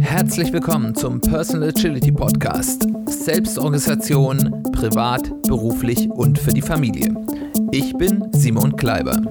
Herzlich willkommen zum Personal Agility Podcast. Selbstorganisation, privat, beruflich und für die Familie. Ich bin Simon Kleiber.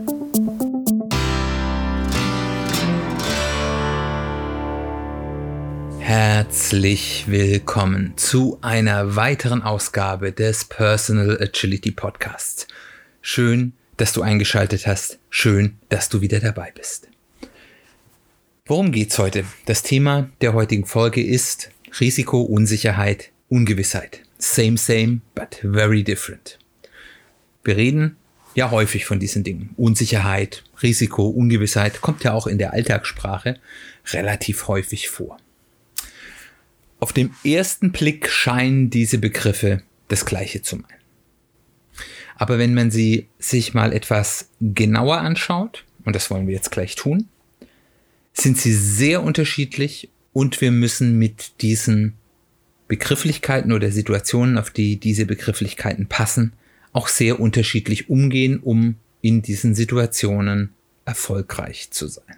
Herzlich willkommen zu einer weiteren Ausgabe des Personal Agility Podcasts. Schön, dass du eingeschaltet hast. Schön, dass du wieder dabei bist. Worum geht's heute? Das Thema der heutigen Folge ist Risiko, Unsicherheit, Ungewissheit. Same, but very different. Wir reden ja häufig von diesen Dingen. Unsicherheit, Risiko, Ungewissheit kommt ja auch in der Alltagssprache relativ häufig vor. Auf den ersten Blick scheinen diese Begriffe das Gleiche zu meinen. Aber wenn man sie sich mal etwas genauer anschaut, und das wollen wir jetzt gleich tun, sind sie sehr unterschiedlich und wir müssen mit diesen Begrifflichkeiten oder Situationen, auf die diese Begrifflichkeiten passen, auch sehr unterschiedlich umgehen, um in diesen Situationen erfolgreich zu sein.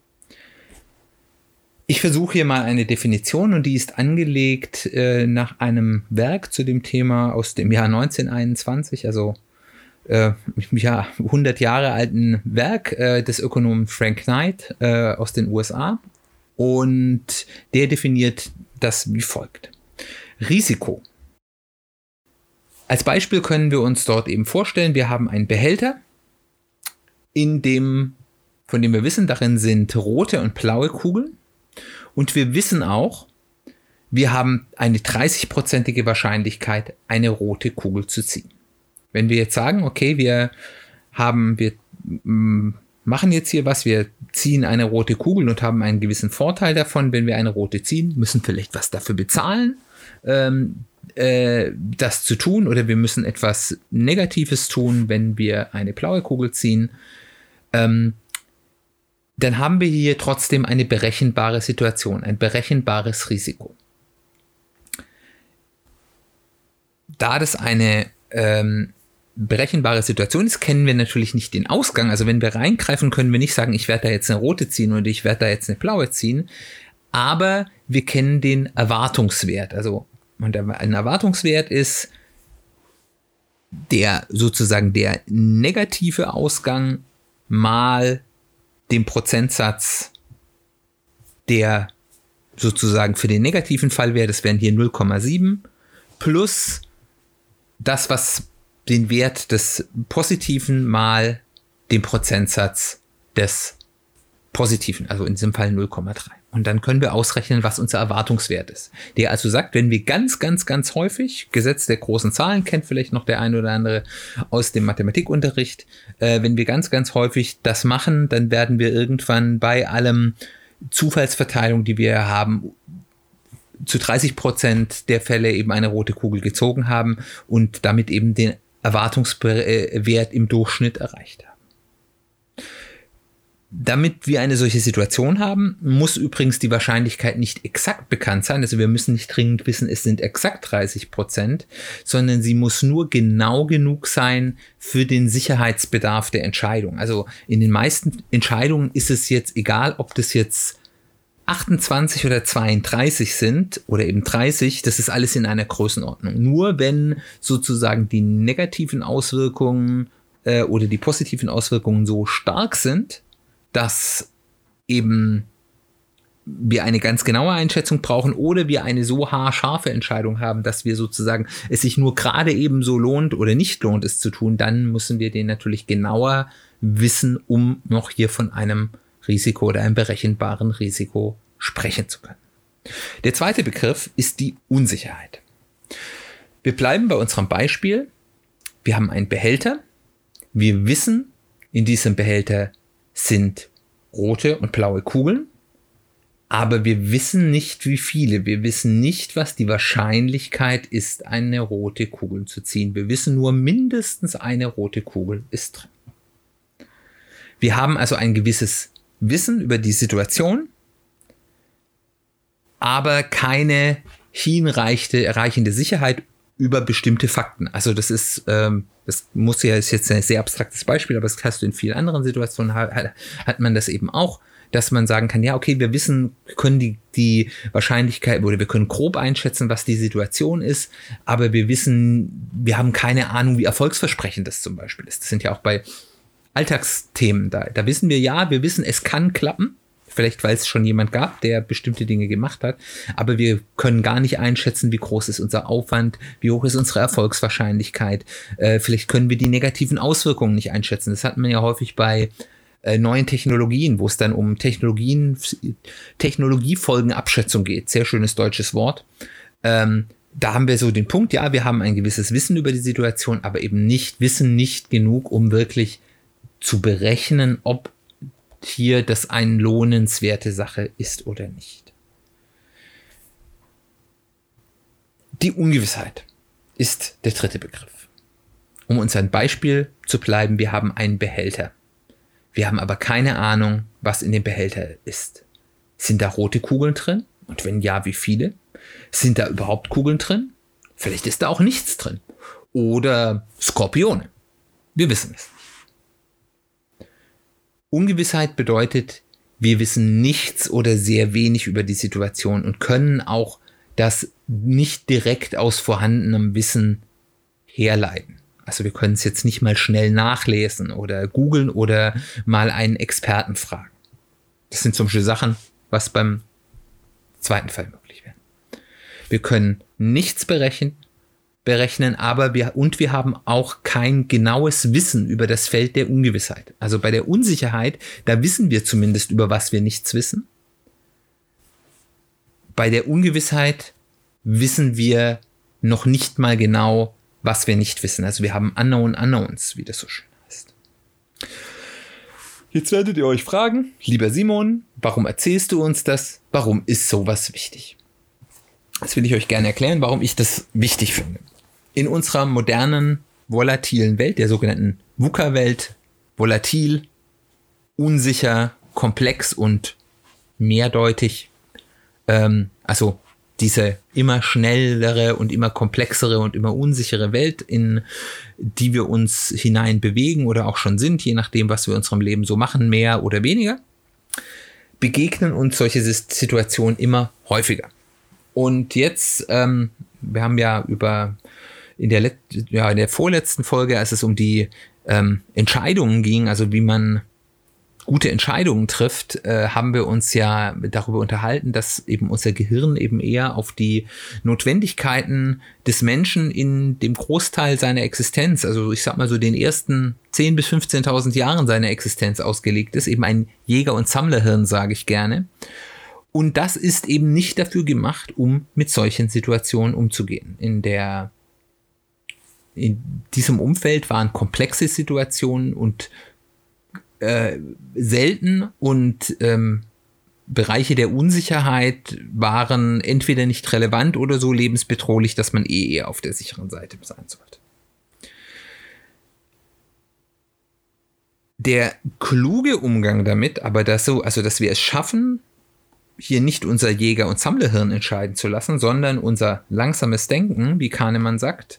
Ich versuche hier mal eine Definition und die ist angelegt nach einem Werk zu dem Thema aus dem Jahr 1921, also 100 Jahre alten Werk des Ökonomen Frank Knight aus den USA, und der definiert das wie folgt. Risiko. Als Beispiel können wir uns dort eben vorstellen, wir haben einen Behälter, von dem wir wissen, darin sind rote und blaue Kugeln, und wir wissen auch, wir haben eine 30-prozentige Wahrscheinlichkeit, eine rote Kugel zu ziehen. Wenn wir jetzt sagen, okay, wir machen jetzt hier was, wir ziehen eine rote Kugel und haben einen gewissen Vorteil davon, wenn wir eine rote ziehen, müssen vielleicht was dafür bezahlen, das zu tun, oder wir müssen etwas Negatives tun, wenn wir eine blaue Kugel ziehen, dann haben wir hier trotzdem eine berechenbare Situation, ein berechenbares Risiko. Da das eine berechenbare Situation ist, kennen wir natürlich nicht den Ausgang. Also wenn wir reingreifen, können wir nicht sagen, ich werde da jetzt eine rote ziehen oder ich werde da jetzt eine blaue ziehen. Aber wir kennen den Erwartungswert. Also ein Erwartungswert ist sozusagen der negative Ausgang mal dem Prozentsatz, der sozusagen für den negativen Fall wäre. Das wären hier 0,7 plus das, was den Wert des Positiven mal den Prozentsatz des Positiven, also in diesem Fall 0,3. Und dann können wir ausrechnen, was unser Erwartungswert ist. Der also sagt, wenn wir ganz häufig, Gesetz der großen Zahlen kennt vielleicht noch der eine oder andere aus dem Mathematikunterricht, wenn wir ganz häufig das machen, dann werden wir irgendwann bei allem Zufallsverteilung, die wir haben, zu 30% der Fälle eben eine rote Kugel gezogen haben und damit eben den Erwartungswert im Durchschnitt erreicht haben. Damit wir eine solche Situation haben, muss übrigens die Wahrscheinlichkeit nicht exakt bekannt sein. Also wir müssen nicht dringend wissen, es sind exakt 30%, sondern sie muss nur genau genug sein für den Sicherheitsbedarf der Entscheidung. Also in den meisten Entscheidungen ist es jetzt egal, ob das jetzt 28 oder 32 sind oder eben 30, das ist alles in einer Größenordnung. Nur wenn sozusagen die negativen Auswirkungen oder die positiven Auswirkungen so stark sind, dass eben wir eine ganz genaue Einschätzung brauchen oder wir eine so haarscharfe Entscheidung haben, dass wir sozusagen es sich nur gerade eben so lohnt oder nicht lohnt, es zu tun, dann müssen wir den natürlich genauer wissen, um noch hier von einem Risiko oder einem berechenbaren Risiko sprechen zu können. Der zweite Begriff ist die Unsicherheit. Wir bleiben bei unserem Beispiel. Wir haben einen Behälter. Wir wissen, in diesem Behälter sind rote und blaue Kugeln, aber wir wissen nicht, wie viele. Wir wissen nicht, was die Wahrscheinlichkeit ist, eine rote Kugel zu ziehen. Wir wissen nur, mindestens eine rote Kugel ist drin. Wir haben also ein gewisses Wissen über die Situation, aber keine hinreichende Sicherheit über bestimmte Fakten. Also das ist ist jetzt ein sehr abstraktes Beispiel, aber das hast du in vielen anderen Situationen, hat man das eben auch. dass man sagen kann, ja, okay, wir können die Wahrscheinlichkeit oder wir können grob einschätzen, was die Situation ist, aber wir haben keine Ahnung, wie erfolgsversprechend das zum Beispiel ist. Das sind ja auch bei Alltagsthemen da wissen wir wissen, es kann klappen. Vielleicht, weil es schon jemand gab, der bestimmte Dinge gemacht hat. Aber wir können gar nicht einschätzen, wie groß ist unser Aufwand, wie hoch ist unsere Erfolgswahrscheinlichkeit. Vielleicht können wir die negativen Auswirkungen nicht einschätzen. Das hat man ja häufig bei neuen Technologien, wo es dann um Technologiefolgenabschätzung geht. Sehr schönes deutsches Wort. Da haben wir so den Punkt, ja, wir haben ein gewisses Wissen über die Situation, aber eben nicht genug, um wirklich zu berechnen, ob hier das eine lohnenswerte Sache ist oder nicht. Die Ungewissheit ist der dritte Begriff. Um uns ein Beispiel zu bleiben, wir haben einen Behälter. Wir haben aber keine Ahnung, was in dem Behälter ist. Sind da rote Kugeln drin? Und wenn ja, wie viele? Sind da überhaupt Kugeln drin? Vielleicht ist da auch nichts drin. Oder Skorpione. Wir wissen es. Ungewissheit bedeutet, wir wissen nichts oder sehr wenig über die Situation und können auch das nicht direkt aus vorhandenem Wissen herleiten. Also wir können es jetzt nicht mal schnell nachlesen oder googeln oder mal einen Experten fragen. Das sind zum Beispiel Sachen, was beim zweiten Fall möglich wäre. Wir können nichts berechnen, aber wir haben auch kein genaues Wissen über das Feld der Ungewissheit. Also bei der Unsicherheit, da wissen wir zumindest, über was wir nichts wissen. Bei der Ungewissheit wissen wir noch nicht mal genau, was wir nicht wissen. Also wir haben Unknown Unknowns, wie das so schön heißt. Jetzt werdet ihr euch fragen, lieber Simon, warum erzählst du uns das? Warum ist sowas wichtig? Das will ich euch gerne erklären, warum ich das wichtig finde. In unserer modernen, volatilen Welt, der sogenannten VUCA-Welt, volatil, unsicher, komplex und mehrdeutig, also diese immer schnellere und immer komplexere und immer unsichere Welt, in die wir uns hinein bewegen oder auch schon sind, je nachdem, was wir in unserem Leben so machen, mehr oder weniger, begegnen uns solche Situationen immer häufiger. Und jetzt, wir haben ja in der vorletzten Folge, als es um die Entscheidungen ging, also wie man gute Entscheidungen trifft, haben wir uns ja darüber unterhalten, dass eben unser Gehirn eben eher auf die Notwendigkeiten des Menschen in dem Großteil seiner Existenz, also ich sag mal so den ersten 10.000 bis 15.000 Jahren seiner Existenz ausgelegt ist, eben ein Jäger- und Sammlerhirn, sage ich gerne. Und das ist eben nicht dafür gemacht, um mit solchen Situationen umzugehen. In diesem Umfeld waren komplexe Situationen und selten und Bereiche der Unsicherheit waren entweder nicht relevant oder so lebensbedrohlich, dass man eher auf der sicheren Seite sein sollte. Der kluge Umgang damit, aber dass wir es schaffen, hier nicht unser Jäger- und Sammlerhirn entscheiden zu lassen, sondern unser langsames Denken, wie Kahnemann sagt,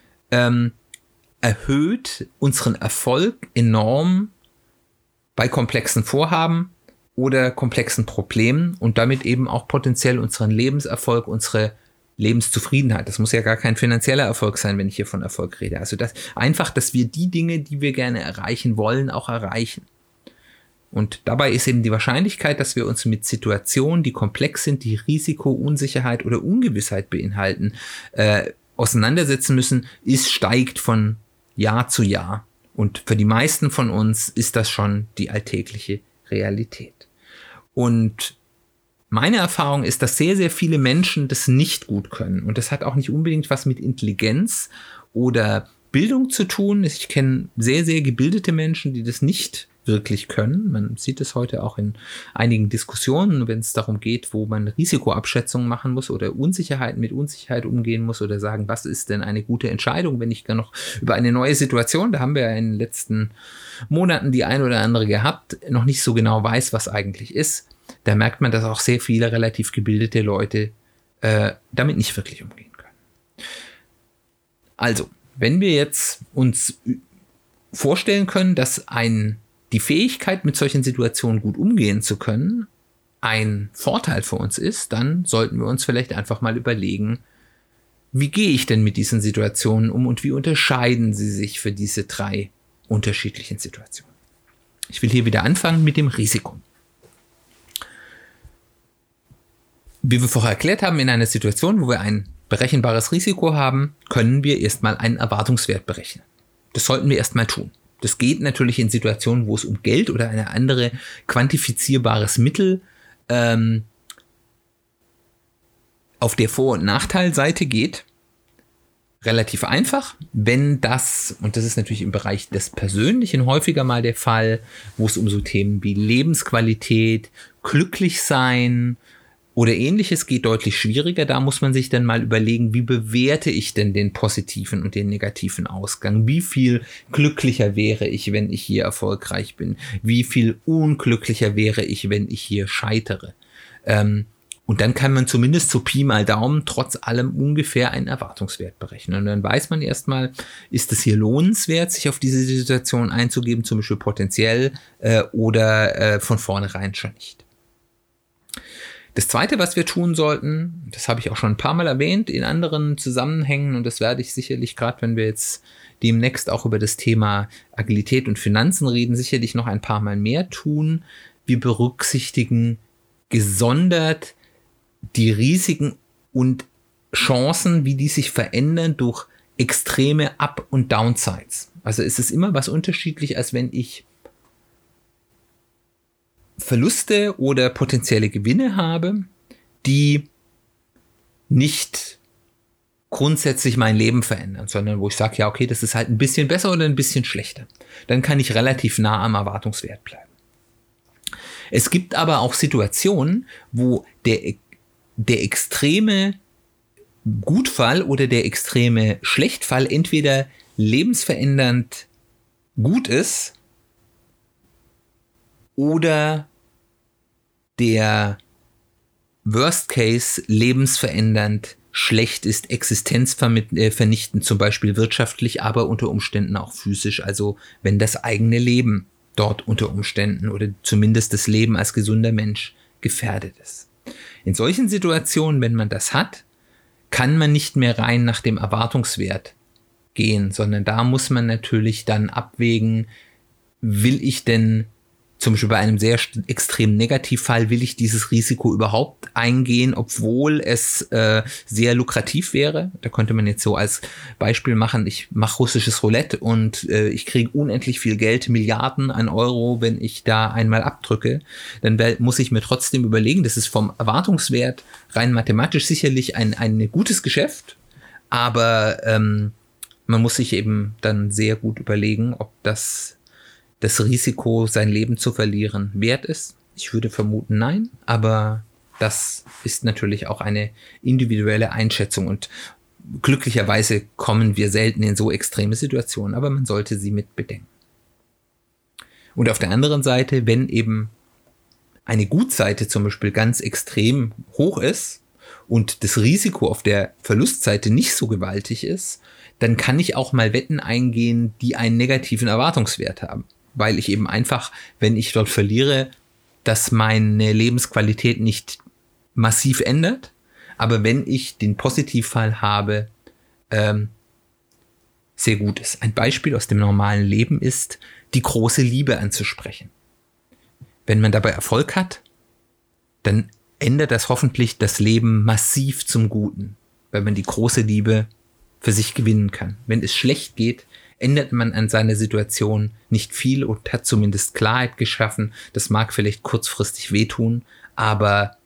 erhöht unseren Erfolg enorm bei komplexen Vorhaben oder komplexen Problemen und damit eben auch potenziell unseren Lebenserfolg, unsere Lebenszufriedenheit. Das muss ja gar kein finanzieller Erfolg sein, wenn ich hier von Erfolg rede. Also dass wir die Dinge, die wir gerne erreichen wollen, auch erreichen. Und dabei ist eben die Wahrscheinlichkeit, dass wir uns mit Situationen, die komplex sind, die Risiko, Unsicherheit oder Ungewissheit beinhalten, auseinandersetzen müssen, steigt von Jahr zu Jahr. Und für die meisten von uns ist das schon die alltägliche Realität. Und meine Erfahrung ist, dass sehr, sehr viele Menschen das nicht gut können. Und das hat auch nicht unbedingt was mit Intelligenz oder Bildung zu tun. Ich kenne sehr, sehr gebildete Menschen, die das nicht wirklich können. Man sieht es heute auch in einigen Diskussionen, wenn es darum geht, wo man Risikoabschätzungen machen muss oder mit Unsicherheit umgehen muss oder sagen, was ist denn eine gute Entscheidung, wenn ich gar noch über eine neue Situation, da haben wir ja in den letzten Monaten die ein oder andere gehabt, noch nicht so genau weiß, was eigentlich ist. Da merkt man, dass auch sehr viele relativ gebildete Leute damit nicht wirklich umgehen können. Also, wenn wir jetzt uns vorstellen können, dass die Fähigkeit, mit solchen Situationen gut umgehen zu können, ein Vorteil für uns ist, dann sollten wir uns vielleicht einfach mal überlegen, wie gehe ich denn mit diesen Situationen um und wie unterscheiden sie sich für diese 3 unterschiedlichen Situationen. Ich will hier wieder anfangen mit dem Risiko. Wie wir vorher erklärt haben, in einer Situation, wo wir ein berechenbares Risiko haben, können wir erstmal einen Erwartungswert berechnen. Das sollten wir erstmal tun. Das geht natürlich in Situationen, wo es um Geld oder eine andere quantifizierbares Mittel auf der Vor- und Nachteilseite geht. Relativ einfach, wenn das, und das ist natürlich im Bereich des Persönlichen häufiger mal der Fall, wo es um so Themen wie Lebensqualität, glücklich sein oder ähnliches geht, deutlich schwieriger. Da muss man sich dann mal überlegen, wie bewerte ich denn den positiven und den negativen Ausgang? Wie viel glücklicher wäre ich, wenn ich hier erfolgreich bin? Wie viel unglücklicher wäre ich, wenn ich hier scheitere? Und dann kann man zumindest so Pi mal Daumen trotz allem ungefähr einen Erwartungswert berechnen. Und dann weiß man erstmal, ist es hier lohnenswert, sich auf diese Situation einzugeben, zum Beispiel potenziell oder von vornherein schon nicht. Das Zweite, was wir tun sollten, das habe ich auch schon ein paar Mal erwähnt in anderen Zusammenhängen und das werde ich sicherlich, gerade wenn wir jetzt demnächst auch über das Thema Agilität und Finanzen reden, sicherlich noch ein paar Mal mehr tun. Wir berücksichtigen gesondert die Risiken und Chancen, wie die sich verändern durch extreme Up- und Downsides. Also es ist immer was unterschiedlich, als wenn ich Verluste oder potenzielle Gewinne habe, die nicht grundsätzlich mein Leben verändern, sondern wo ich sage, ja, okay, das ist halt ein bisschen besser oder ein bisschen schlechter. Dann kann ich relativ nah am Erwartungswert bleiben. Es gibt aber auch Situationen, wo der extreme Gutfall oder der extreme Schlechtfall entweder lebensverändernd gut ist oder der Worst Case lebensverändernd schlecht ist, existenzvernichtend, zum Beispiel wirtschaftlich, aber unter Umständen auch physisch, also wenn das eigene Leben dort unter Umständen oder zumindest das Leben als gesunder Mensch gefährdet ist. In solchen Situationen, wenn man das hat, kann man nicht mehr rein nach dem Erwartungswert gehen, sondern da muss man natürlich dann abwägen, will ich denn zum Beispiel bei einem sehr extremen Negativfall, will ich dieses Risiko überhaupt eingehen, obwohl es sehr lukrativ wäre. Da könnte man jetzt so als Beispiel machen, ich mache russisches Roulette und ich kriege unendlich viel Geld, Milliarden an Euro, wenn ich da einmal abdrücke. Dann muss ich mir trotzdem überlegen, das ist vom Erwartungswert rein mathematisch sicherlich ein gutes Geschäft, aber man muss sich eben dann sehr gut überlegen, ob das Risiko, sein Leben zu verlieren, wert ist. Ich würde vermuten, nein, aber das ist natürlich auch eine individuelle Einschätzung und glücklicherweise kommen wir selten in so extreme Situationen, aber man sollte sie mit bedenken. Und auf der anderen Seite, wenn eben eine Gutseite zum Beispiel ganz extrem hoch ist und das Risiko auf der Verlustseite nicht so gewaltig ist, dann kann ich auch mal Wetten eingehen, die einen negativen Erwartungswert haben. Weil ich eben einfach, wenn ich dort verliere, dass meine Lebensqualität nicht massiv ändert. Aber wenn ich den Positivfall habe, sehr gut ist. Ein Beispiel aus dem normalen Leben ist, die große Liebe anzusprechen. Wenn man dabei Erfolg hat, dann ändert das hoffentlich das Leben massiv zum Guten, weil man die große Liebe für sich gewinnen kann. Wenn es schlecht geht, ändert man an seiner Situation nicht viel und hat zumindest Klarheit geschaffen. Das mag vielleicht kurzfristig wehtun, aber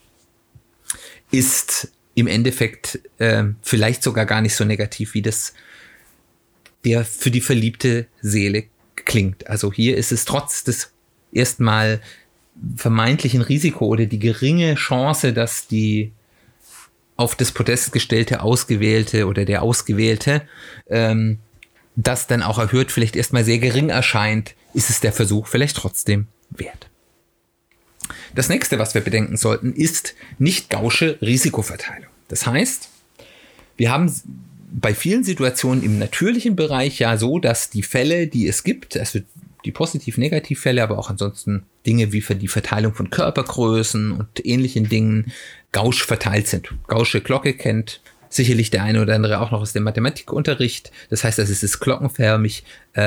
ist im Endeffekt vielleicht sogar gar nicht so negativ, wie das der für die verliebte Seele klingt. Also hier ist es trotz des erstmal vermeintlichen Risiko oder die geringe Chance, dass die auf das Podest gestellte Ausgewählte oder der Ausgewählte das dann auch erhöht, vielleicht erstmal sehr gering erscheint, ist es der Versuch vielleicht trotzdem wert. Das nächste, was wir bedenken sollten, ist nicht gausche Risikoverteilung. Das heißt, wir haben bei vielen Situationen im natürlichen Bereich ja so, dass die Fälle, die es gibt, also die Positiv-Negativ-Fälle, aber auch ansonsten Dinge wie für die Verteilung von Körpergrößen und ähnlichen Dingen gaussisch verteilt sind. Gaußsche Glocke kennt sicherlich der eine oder andere auch noch aus dem Mathematikunterricht. Das heißt, es ist glockenförmig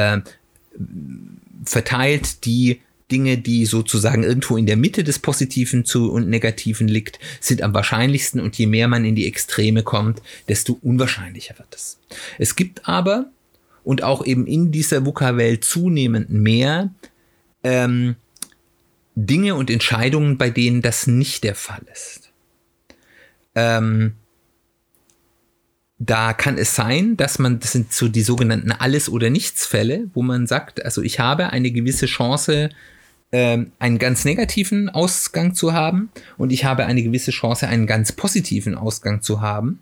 verteilt. Die Dinge, die sozusagen irgendwo in der Mitte des Positiven und Negativen liegt, sind am wahrscheinlichsten, und je mehr man in die Extreme kommt, desto unwahrscheinlicher wird es. Es gibt aber, und auch eben in dieser VUCA-Welt zunehmend mehr, Dinge und Entscheidungen, bei denen das nicht der Fall ist. Da kann es sein, das sind so die sogenannten Alles-oder-Nichts-Fälle, wo man sagt, also ich habe eine gewisse Chance, einen ganz negativen Ausgang zu haben, und ich habe eine gewisse Chance, einen ganz positiven Ausgang zu haben.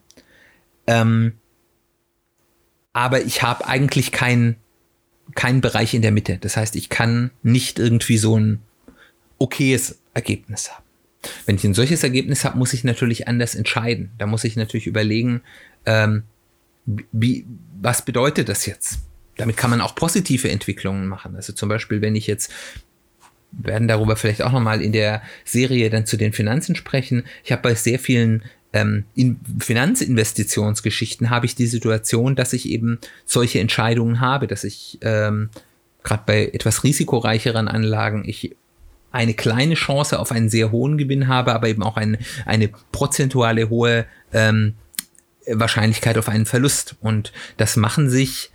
Aber ich habe eigentlich keinen Bereich in der Mitte. Das heißt, ich kann nicht irgendwie so ein okayes Ergebnis haben. Wenn ich ein solches Ergebnis habe, muss ich natürlich anders entscheiden. Da muss ich natürlich überlegen, was bedeutet das jetzt? Damit kann man auch positive Entwicklungen machen. Also zum Beispiel, wenn ich jetzt, wir werden darüber vielleicht auch nochmal in der Serie dann zu den Finanzen sprechen. Ich habe bei sehr vielen Finanzinvestitionsgeschichten habe ich die Situation, dass ich eben solche Entscheidungen habe, dass ich gerade bei etwas risikoreicheren Anlagen ich eine kleine Chance auf einen sehr hohen Gewinn habe, aber eben auch eine prozentuale hohe Wahrscheinlichkeit auf einen Verlust. Und das machen sich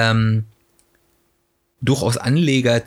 durchaus Anleger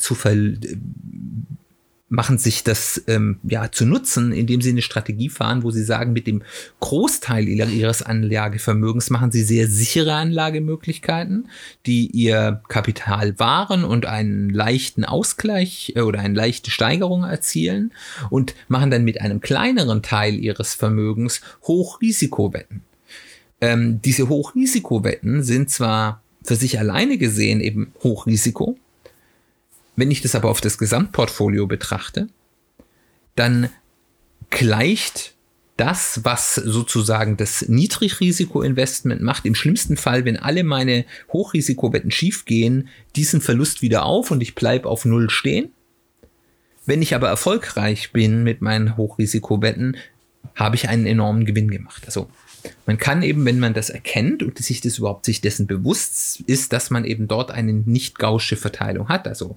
machen sich das zu nutzen, indem sie eine Strategie fahren, wo sie sagen, mit dem Großteil ihres Anlagevermögens machen sie sehr sichere Anlagemöglichkeiten, die ihr Kapital wahren und einen leichten Ausgleich oder eine leichte Steigerung erzielen, und machen dann mit einem kleineren Teil ihres Vermögens Hochrisikowetten. Diese Hochrisikowetten sind zwar für sich alleine gesehen eben Hochrisiko. Wenn ich das aber auf das Gesamtportfolio betrachte, dann gleicht das, was sozusagen das Niedrigrisiko-Investment macht, im schlimmsten Fall, wenn alle meine Hochrisikowetten schiefgehen, diesen Verlust wieder auf und ich bleibe auf Null stehen. Wenn ich aber erfolgreich bin mit meinen Hochrisikowetten, habe ich einen enormen Gewinn gemacht. Also man kann eben, wenn man das erkennt und sich dessen bewusst ist, dass man eben dort eine nicht gaußsche Verteilung hat, also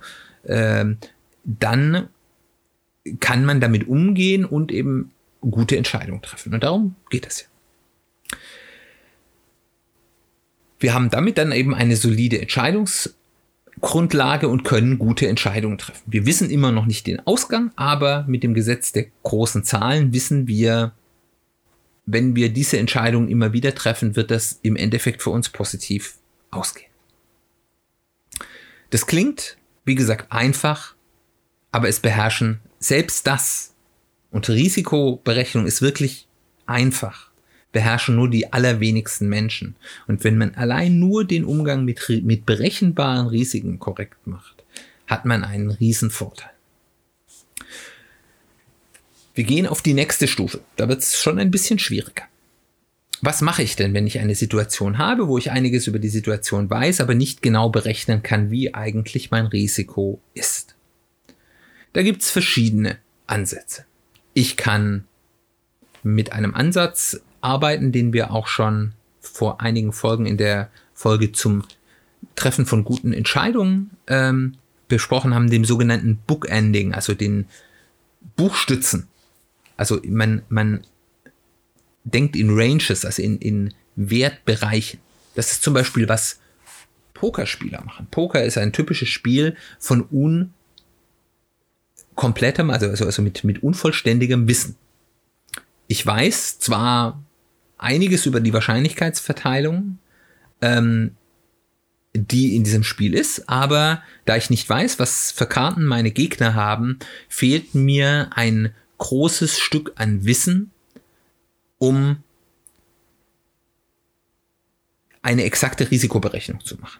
dann kann man damit umgehen und eben gute Entscheidungen treffen. Und darum geht es ja. Wir haben damit dann eben eine solide Entscheidungsgrundlage und können gute Entscheidungen treffen. Wir wissen immer noch nicht den Ausgang, aber mit dem Gesetz der großen Zahlen wissen wir, wenn wir diese Entscheidungen immer wieder treffen, wird das im Endeffekt für uns positiv ausgehen. Das klingt, wie gesagt, einfach, aber es beherrschen selbst das, und Risikoberechnung ist wirklich einfach, beherrschen nur die allerwenigsten Menschen. Und wenn man allein nur den Umgang mit berechenbaren Risiken korrekt macht, hat man einen riesen Vorteil. Wir gehen auf die nächste Stufe. Da wird es schon ein bisschen schwieriger. Was mache ich denn, wenn ich eine Situation habe, wo ich einiges über die Situation weiß, aber nicht genau berechnen kann, wie eigentlich mein Risiko ist? Da gibt es verschiedene Ansätze. Ich kann mit einem Ansatz arbeiten, den wir auch schon vor einigen Folgen in der Folge zum Treffen von guten Entscheidungen besprochen haben, dem sogenannten Bookending, also den Buchstützen. Also man denkt in Ranges, also in Wertbereichen. Das ist zum Beispiel, was Pokerspieler machen. Poker ist ein typisches Spiel von komplettem, also mit unvollständigem Wissen. Ich weiß zwar einiges über die Wahrscheinlichkeitsverteilung, die in diesem Spiel ist, aber da ich nicht weiß, was für Karten meine Gegner haben, fehlt mir ein großes Stück an Wissen, um eine exakte Risikoberechnung zu machen.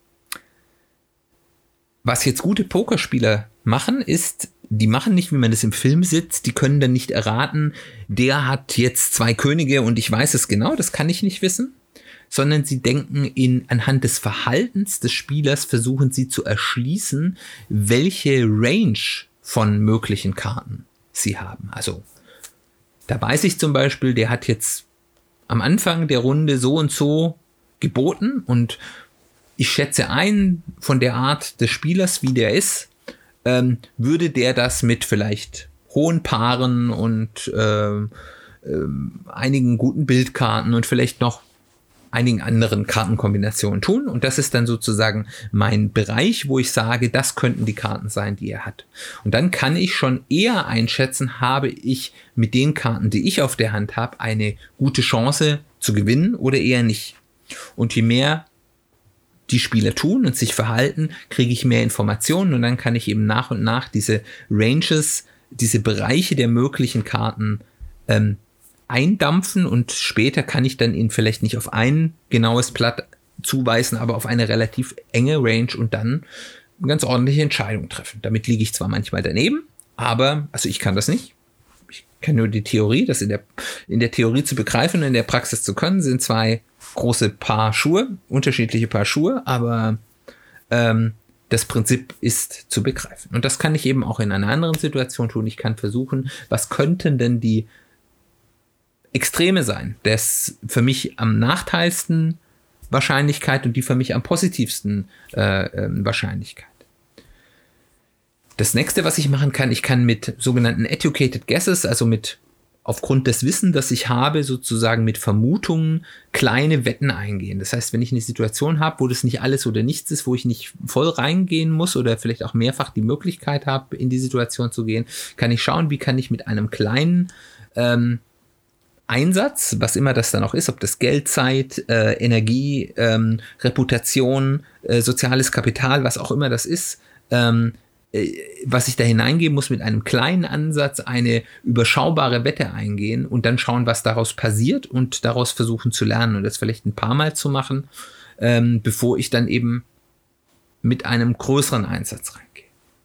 Was jetzt gute Pokerspieler machen, ist, die machen nicht, wie man das im Film sitzt, die können dann nicht erraten, der hat jetzt 2 Könige und ich weiß es genau, das kann ich nicht wissen, sondern sie denken anhand des Verhaltens des Spielers, versuchen sie zu erschließen, welche Range von möglichen Karten sie haben. Also da weiß ich zum Beispiel, der hat jetzt am Anfang der Runde so und so geboten und ich schätze ein, von der Art des Spielers, wie der ist, würde der das mit vielleicht hohen Paaren und einigen guten Bildkarten und vielleicht noch einigen anderen Kartenkombinationen tun. Und das ist dann sozusagen mein Bereich, wo ich sage, das könnten die Karten sein, die er hat. Und dann kann ich schon eher einschätzen, habe ich mit den Karten, die ich auf der Hand habe, eine gute Chance zu gewinnen oder eher nicht. Und je mehr die Spieler tun und sich verhalten, kriege ich mehr Informationen und dann kann ich eben nach und nach diese Ranges, diese Bereiche der möglichen Karten eindampfen und später kann ich dann ihn vielleicht nicht auf ein genaues Blatt zuweisen, aber auf eine relativ enge Range und dann eine ganz ordentliche Entscheidung treffen. Damit liege ich zwar manchmal daneben, aber also ich kann das nicht. Ich kann nur die Theorie, das in der Theorie zu begreifen und in der Praxis zu können, sind zwei große Paar Schuhe, unterschiedliche Paar Schuhe, aber das Prinzip ist zu begreifen. Und das kann ich eben auch in einer anderen Situation tun. Ich kann versuchen, was könnten denn die Extreme sein, das für mich am nachteilsten Wahrscheinlichkeit und die für mich am positivsten Wahrscheinlichkeit. Das nächste, was ich machen kann, ich kann mit sogenannten Educated Guesses, also mit aufgrund des Wissens, das ich habe, sozusagen mit Vermutungen kleine Wetten eingehen. Das heißt, wenn ich eine Situation habe, wo das nicht alles oder nichts ist, wo ich nicht voll reingehen muss oder vielleicht auch mehrfach die Möglichkeit habe, in die Situation zu gehen, kann ich schauen, wie kann ich mit einem kleinen Einsatz, was immer das dann auch ist, ob das Geld, Zeit, Energie, Reputation, soziales Kapital, was auch immer das ist, was ich da hineingeben muss, mit einem kleinen Ansatz eine überschaubare Wette eingehen und dann schauen, was daraus passiert und daraus versuchen zu lernen und das vielleicht ein paar Mal zu machen, bevor ich dann eben mit einem größeren Einsatz reingehe.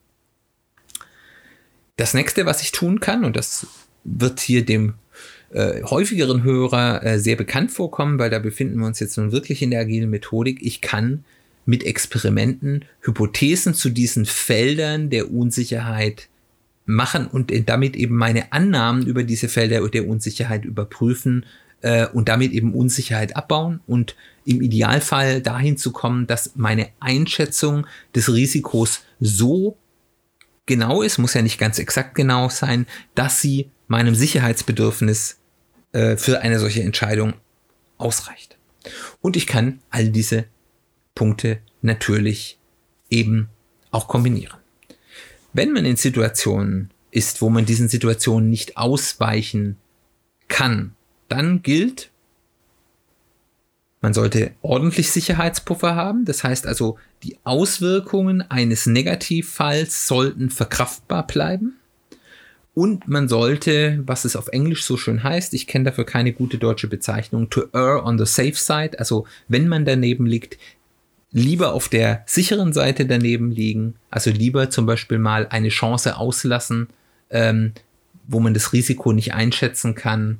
Das nächste, was ich tun kann, und das wird hier dem häufigeren Hörer sehr bekannt vorkommen, weil da befinden wir uns jetzt nun wirklich in der agilen Methodik. Ich kann mit Experimenten Hypothesen zu diesen Feldern der Unsicherheit machen und damit eben meine Annahmen über diese Felder der Unsicherheit überprüfen und damit eben Unsicherheit abbauen und im Idealfall dahin zu kommen, dass meine Einschätzung des Risikos so genau ist, muss ja nicht ganz exakt genau sein, dass sie meinem Sicherheitsbedürfnis für eine solche Entscheidung ausreicht. Und ich kann all diese Punkte natürlich eben auch kombinieren. Wenn man in Situationen ist, wo man diesen Situationen nicht ausweichen kann, dann gilt, man sollte ordentlich Sicherheitspuffer haben. Das heißt also, die Auswirkungen eines Negativfalls sollten verkraftbar bleiben. Und man sollte, was es auf Englisch so schön heißt, ich kenne dafür keine gute deutsche Bezeichnung, to err on the safe side, also wenn man daneben liegt, lieber auf der sicheren Seite daneben liegen, also lieber zum Beispiel mal eine Chance auslassen, wo man das Risiko nicht einschätzen kann,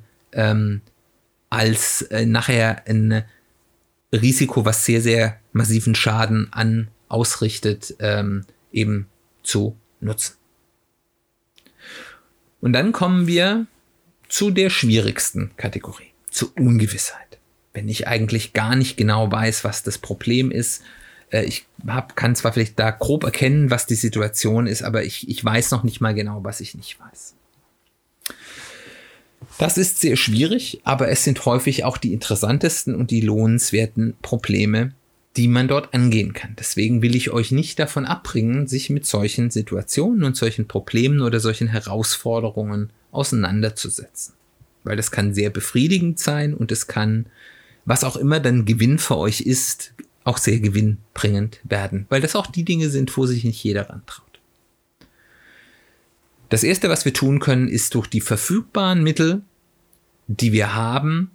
als nachher ein Risiko, was sehr, sehr massiven Schaden ausrichtet, eben zu nutzen. Und dann kommen wir zu der schwierigsten Kategorie, zur Ungewissheit. Wenn ich eigentlich gar nicht genau weiß, was das Problem ist, kann zwar vielleicht da grob erkennen, was die Situation ist, aber ich weiß noch nicht mal genau, was ich nicht weiß. Das ist sehr schwierig, aber es sind häufig auch die interessantesten und die lohnenswerten Probleme, die man dort angehen kann. Deswegen will ich euch nicht davon abbringen, sich mit solchen Situationen und solchen Problemen oder solchen Herausforderungen auseinanderzusetzen. Weil das kann sehr befriedigend sein und es kann, was auch immer dann Gewinn für euch ist, auch sehr gewinnbringend werden. Weil das auch die Dinge sind, wo sich nicht jeder rantraut. Das Erste, was wir tun können, ist durch die verfügbaren Mittel, die wir haben,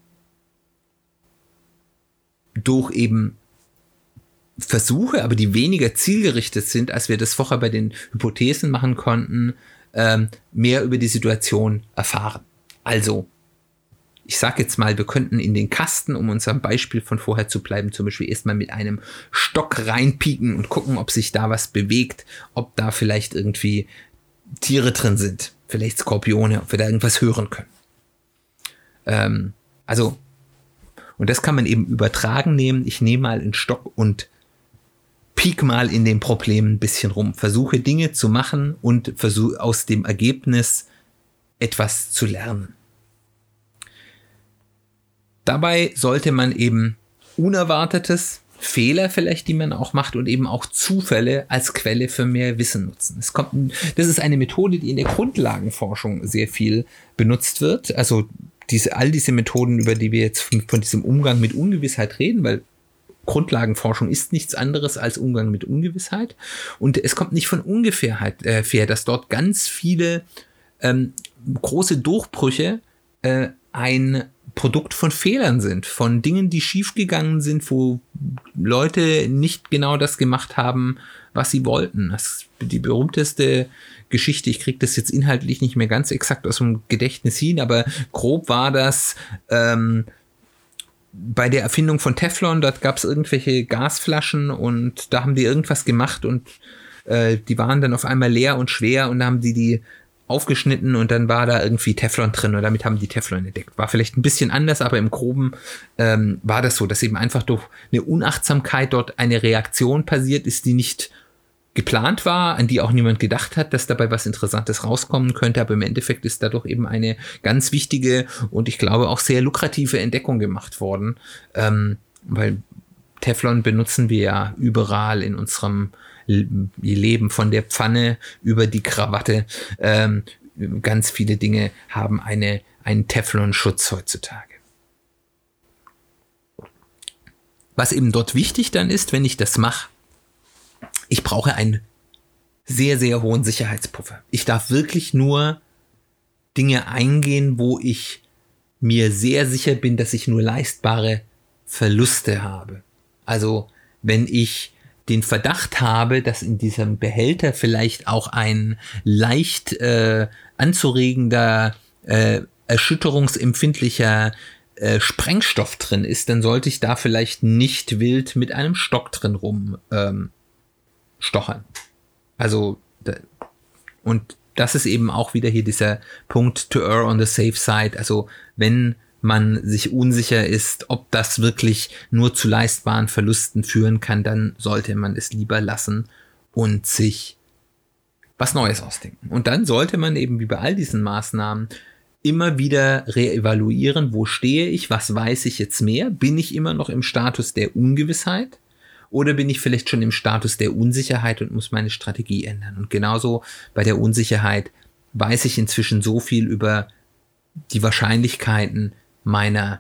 durch eben Versuche, aber die weniger zielgerichtet sind, als wir das vorher bei den Hypothesen machen konnten, mehr über die Situation erfahren. Also ich sage jetzt mal, wir könnten in den Kasten, um unserem Beispiel von vorher zu bleiben, zum Beispiel erstmal mit einem Stock reinpieken und gucken, ob sich da was bewegt, ob da vielleicht irgendwie Tiere drin sind, vielleicht Skorpione, ob wir da irgendwas hören können. Und das kann man eben übertragen nehmen. Ich nehme mal einen Stock und piek mal in dem Problem ein bisschen rum, versuche Dinge zu machen und versuche aus dem Ergebnis etwas zu lernen. Dabei sollte man eben Unerwartetes, Fehler vielleicht, die man auch macht und eben auch Zufälle als Quelle für mehr Wissen nutzen. Das ist eine Methode, die in der Grundlagenforschung sehr viel benutzt wird. Also all diese Methoden, über die wir jetzt von diesem Umgang mit Ungewissheit reden, weil Grundlagenforschung ist nichts anderes als Umgang mit Ungewissheit. Und es kommt nicht von ungefähr, dass dort ganz viele große Durchbrüche ein Produkt von Fehlern sind, von Dingen, die schiefgegangen sind, wo Leute nicht genau das gemacht haben, was sie wollten. Das ist die berühmteste Geschichte, ich kriege das jetzt inhaltlich nicht mehr ganz exakt aus dem Gedächtnis hin, aber grob war das bei der Erfindung von Teflon, dort gab es irgendwelche Gasflaschen und da haben die irgendwas gemacht und die waren dann auf einmal leer und schwer und da haben die aufgeschnitten und dann war da irgendwie Teflon drin und damit haben die Teflon entdeckt. War vielleicht ein bisschen anders, aber im Groben war das so, dass eben einfach durch eine Unachtsamkeit dort eine Reaktion passiert ist, die nicht geplant war, an die auch niemand gedacht hat, dass dabei was Interessantes rauskommen könnte, aber im Endeffekt ist dadurch eben eine ganz wichtige und ich glaube auch sehr lukrative Entdeckung gemacht worden, weil Teflon benutzen wir ja überall in unserem Leben, von der Pfanne über die Krawatte. Ganz viele Dinge haben einen Teflon-Schutz heutzutage. Was eben dort wichtig dann ist, wenn ich das mache, ich brauche einen sehr, sehr hohen Sicherheitspuffer. Ich darf wirklich nur Dinge eingehen, wo ich mir sehr sicher bin, dass ich nur leistbare Verluste habe. Also wenn ich den Verdacht habe, dass in diesem Behälter vielleicht auch ein leicht anzuregender, erschütterungsempfindlicher Sprengstoff drin ist, dann sollte ich da vielleicht nicht wild mit einem Stock drin rumstochern. Also, und das ist eben auch wieder hier dieser Punkt to err on the safe side. Also, wenn man sich unsicher ist, ob das wirklich nur zu leistbaren Verlusten führen kann, dann sollte man es lieber lassen und sich was Neues ausdenken. Und dann sollte man eben wie bei all diesen Maßnahmen immer wieder reevaluieren, wo stehe ich, was weiß ich jetzt mehr, bin ich immer noch im Status der Ungewissheit oder bin ich vielleicht schon im Status der Unsicherheit und muss meine Strategie ändern. Und genauso bei der Unsicherheit weiß ich inzwischen so viel über die Wahrscheinlichkeiten meiner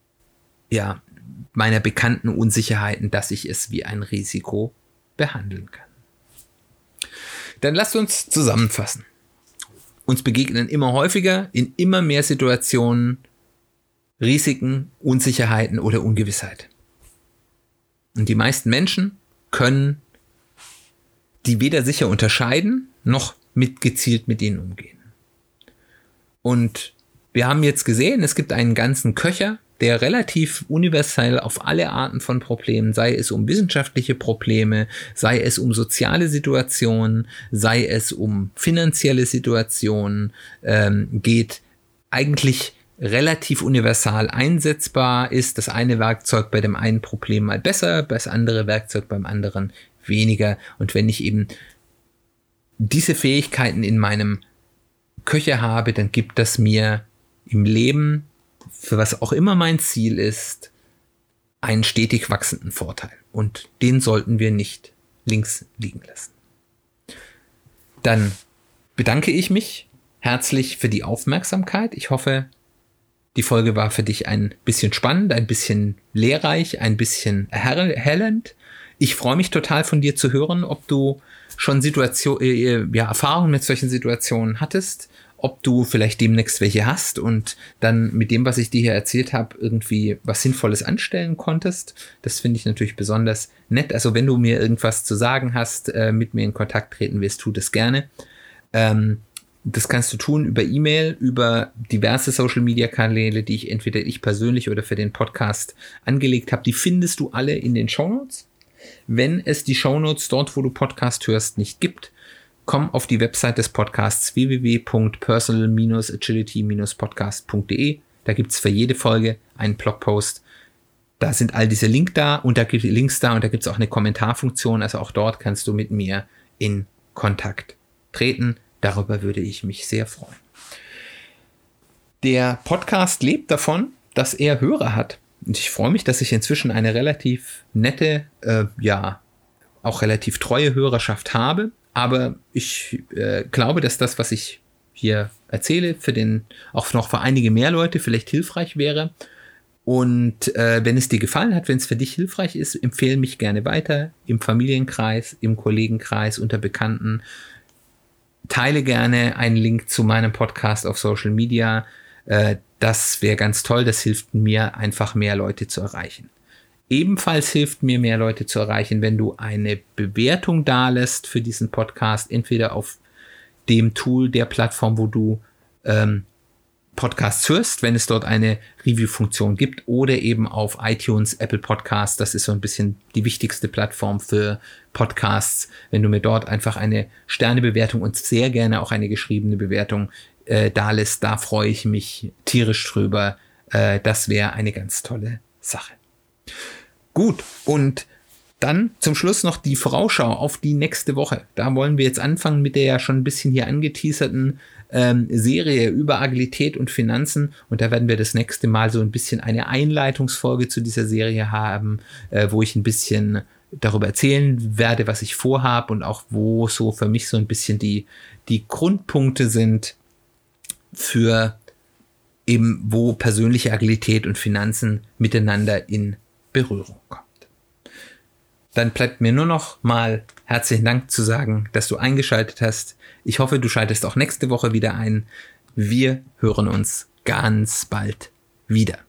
bekannten Unsicherheiten, dass ich es wie ein Risiko behandeln kann. Dann lasst uns zusammenfassen. Uns begegnen immer häufiger, in immer mehr Situationen Risiken, Unsicherheiten oder Ungewissheit. Und die meisten Menschen können die weder sicher unterscheiden, noch gezielt mit ihnen umgehen. Und wir haben jetzt gesehen, es gibt einen ganzen Köcher, der relativ universell auf alle Arten von Problemen, sei es um wissenschaftliche Probleme, sei es um soziale Situationen, sei es um finanzielle Situationen, geht, eigentlich relativ universal einsetzbar ist. Das eine Werkzeug bei dem einen Problem mal besser, das andere Werkzeug beim anderen weniger. Und wenn ich eben diese Fähigkeiten in meinem Köcher habe, dann gibt das mir im Leben, für was auch immer mein Ziel ist, einen stetig wachsenden Vorteil. Und den sollten wir nicht links liegen lassen. Dann bedanke ich mich herzlich für die Aufmerksamkeit. Ich hoffe, die Folge war für dich ein bisschen spannend, ein bisschen lehrreich, ein bisschen erhellend. Ich freue mich total von dir zu hören, ob du schon Erfahrungen mit solchen Situationen hattest, ob du vielleicht demnächst welche hast und dann mit dem, was ich dir hier erzählt habe, irgendwie was Sinnvolles anstellen konntest. Das finde ich natürlich besonders nett. Also wenn du mir irgendwas zu sagen hast, mit mir in Kontakt treten willst, tu das gerne. Das kannst du tun über E-Mail, über diverse Social-Media-Kanäle, die entweder ich persönlich oder für den Podcast angelegt habe. Die findest du alle in den Shownotes. Wenn es die Shownotes dort, wo du Podcast hörst, nicht gibt, komm auf die Website des Podcasts www.personal-agility-podcast.de. Da gibt es für jede Folge einen Blogpost. Da sind all diese Links da und da gibt es auch eine Kommentarfunktion. Also auch dort kannst du mit mir in Kontakt treten. Darüber würde ich mich sehr freuen. Der Podcast lebt davon, dass er Hörer hat. Und ich freue mich, dass ich inzwischen eine relativ nette, auch relativ treue Hörerschaft habe. Aber ich glaube, dass das, was ich hier erzähle, auch noch für einige mehr Leute vielleicht hilfreich wäre. Und wenn es dir gefallen hat, wenn es für dich hilfreich ist, empfehle mich gerne weiter im Familienkreis, im Kollegenkreis, unter Bekannten. Teile gerne einen Link zu meinem Podcast auf Social Media. Das wäre ganz toll. Das hilft mir, einfach mehr Leute zu erreichen. Ebenfalls hilft mir, mehr Leute zu erreichen, wenn du eine Bewertung dalässt für diesen Podcast, entweder auf dem Tool der Plattform, wo du Podcasts hörst, wenn es dort eine Review-Funktion gibt, oder eben auf iTunes, Apple Podcasts. Das ist so ein bisschen die wichtigste Plattform für Podcasts. Wenn du mir dort einfach eine Sternebewertung und sehr gerne auch eine geschriebene Bewertung dalässt, da freue ich mich tierisch drüber. Das wäre eine ganz tolle Sache. Gut, und dann zum Schluss noch die Vorausschau auf die nächste Woche. Da wollen wir jetzt anfangen mit der ja schon ein bisschen hier angeteaserten Serie über Agilität und Finanzen. Und da werden wir das nächste Mal so ein bisschen eine Einleitungsfolge zu dieser Serie haben, wo ich ein bisschen darüber erzählen werde, was ich vorhabe und auch wo so für mich so ein bisschen die Grundpunkte sind für eben, wo persönliche Agilität und Finanzen miteinander in Berührung kommt. Dann bleibt mir nur noch mal herzlichen Dank zu sagen, dass du eingeschaltet hast. Ich hoffe, du schaltest auch nächste Woche wieder ein. Wir hören uns ganz bald wieder.